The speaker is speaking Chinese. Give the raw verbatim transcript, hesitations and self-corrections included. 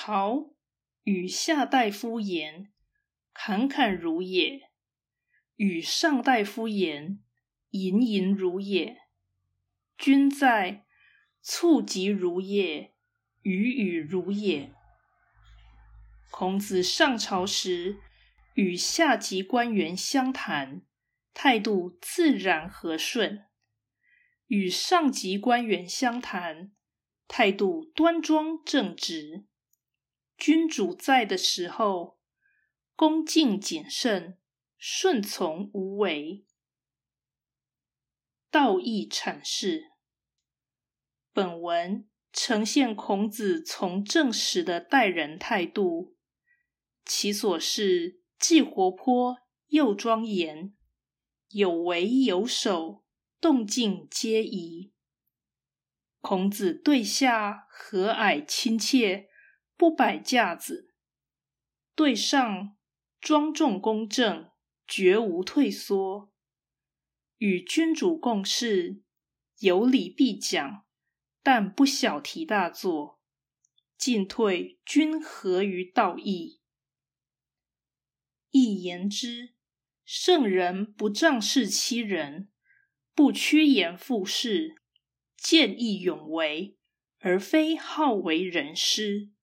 朝与下大夫言，侃侃如也；与上大夫言，盈盈如也。君在，促及如也，语语如也。孔子上朝时，与下级官员相谈，态度自然和顺；与上级官员相谈，态度端庄正直。君主在的时候，恭敬谨慎，顺从无为。道义阐释。本文呈现孔子从政时的待人态度，其所是既活泼又庄严，有为有守，动静皆宜。孔子对下和蔼亲切，不摆架子；对上庄重公正，绝无退缩。与君主共事，有礼必讲，但不小题大做，进退均合于道义。一言之，圣人不仗势欺人，不趋炎附势，见义勇为，而非好为人师。